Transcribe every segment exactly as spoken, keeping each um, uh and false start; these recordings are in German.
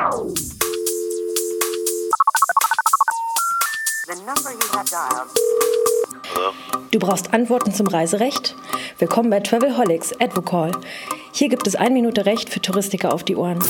Du brauchst Antworten zum Reiserecht? Willkommen bei Travelholics Advocall. Hier gibt es eine Minute Recht für Touristiker auf die Ohren.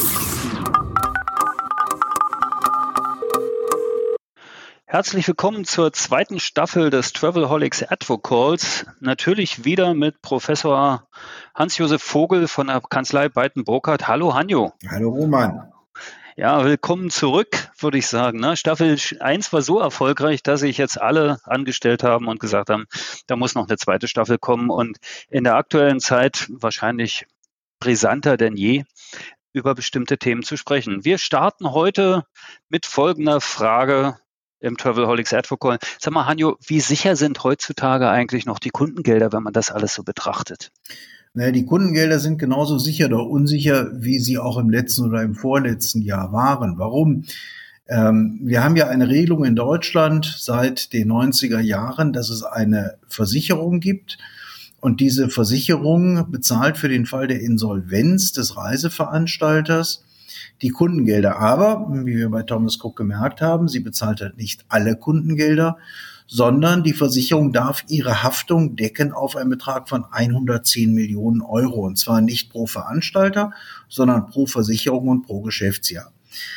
Herzlich willkommen zur zweiten Staffel des Travelholics Advocalls. Natürlich wieder mit Professor Hans-Josef Vogel von der Kanzlei Beiten-Burkhardt. Hallo Hanjo. Hallo Roman. Ja, willkommen zurück, würde ich sagen. Ne? Staffel eins war so erfolgreich, dass sich jetzt alle angestellt haben und gesagt haben, da muss noch eine zweite Staffel kommen. Und in der aktuellen Zeit wahrscheinlich brisanter denn je, über bestimmte Themen zu sprechen. Wir starten heute mit folgender Frage im Travelholics Advocall. Sag mal, Hanjo, wie sicher sind heutzutage eigentlich noch die Kundengelder, wenn man das alles so betrachtet? Naja, die Kundengelder sind genauso sicher oder unsicher, wie sie auch im letzten oder im vorletzten Jahr waren. Warum? Ähm, wir haben ja eine Regelung in Deutschland seit den neunziger Jahren, dass es eine Versicherung gibt. Und diese Versicherung bezahlt für den Fall der Insolvenz des Reiseveranstalters die Kundengelder. Aber, wie wir bei Thomas Cook gemerkt haben, sie bezahlt halt nicht alle Kundengelder, sondern die Versicherung darf ihre Haftung decken auf einen Betrag von hundertzehn Millionen Euro. Und zwar nicht pro Veranstalter, sondern pro Versicherung und pro Geschäftsjahr.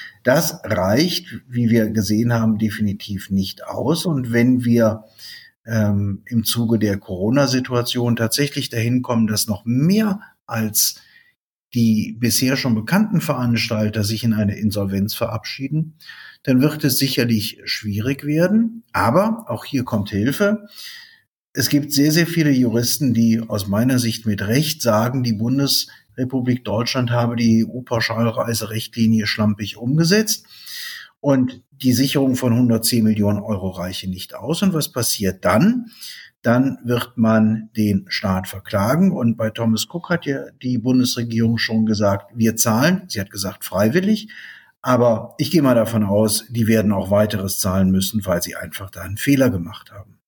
Das reicht, wie wir gesehen haben, definitiv nicht aus. Und wenn wir ähm, im Zuge der Corona-Situation tatsächlich dahin kommen, dass noch mehr als die bisher schon bekannten Veranstalter sich in eine Insolvenz verabschieden, dann wird es sicherlich schwierig werden. Aber auch hier kommt Hilfe. Es gibt sehr, sehr viele Juristen, die aus meiner Sicht mit Recht sagen, die Bundesrepublik Deutschland habe die E U-Pauschalreiserichtlinie schlampig umgesetzt und die Sicherung von hundertzehn Millionen Euro reiche nicht aus. Und was passiert dann? Dann wird man den Staat verklagen. Und bei Thomas Cook hat ja die Bundesregierung schon gesagt, wir zahlen. Sie hat gesagt, freiwillig. Aber ich gehe mal davon aus, die werden auch weiteres zahlen müssen, weil sie einfach da einen Fehler gemacht haben.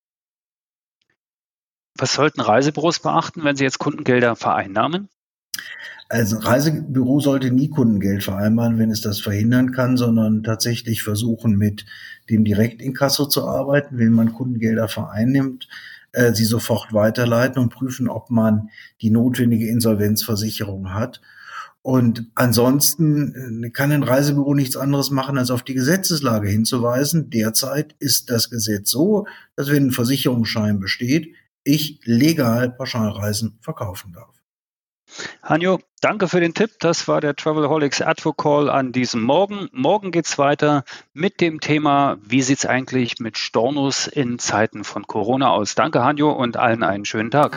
Was sollten Reisebüros beachten, wenn sie jetzt Kundengelder vereinnahmen? Also ein Reisebüro sollte nie Kundengeld vereinbaren, wenn es das verhindern kann, sondern tatsächlich versuchen, mit dem Direktinkasso zu arbeiten, wenn man Kundengelder vereinnimmt, äh, sie sofort weiterleiten und prüfen, ob man die notwendige Insolvenzversicherung hat. Und ansonsten kann ein Reisebüro nichts anderes machen, als auf die Gesetzeslage hinzuweisen. Derzeit ist das Gesetz so, dass wenn ein Versicherungsschein besteht, ich legal Pauschalreisen verkaufen darf. Hanjo, danke für den Tipp. Das war der Travelholics Advocall an diesem Morgen. Morgen geht's weiter mit dem Thema, wie sieht's eigentlich mit Stornos in Zeiten von Corona aus? Danke, Hanjo, und allen einen schönen Tag.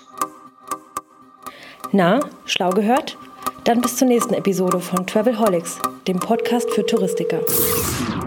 Na, schlau gehört? Dann bis zur nächsten Episode von Travelholics, dem Podcast für Touristiker.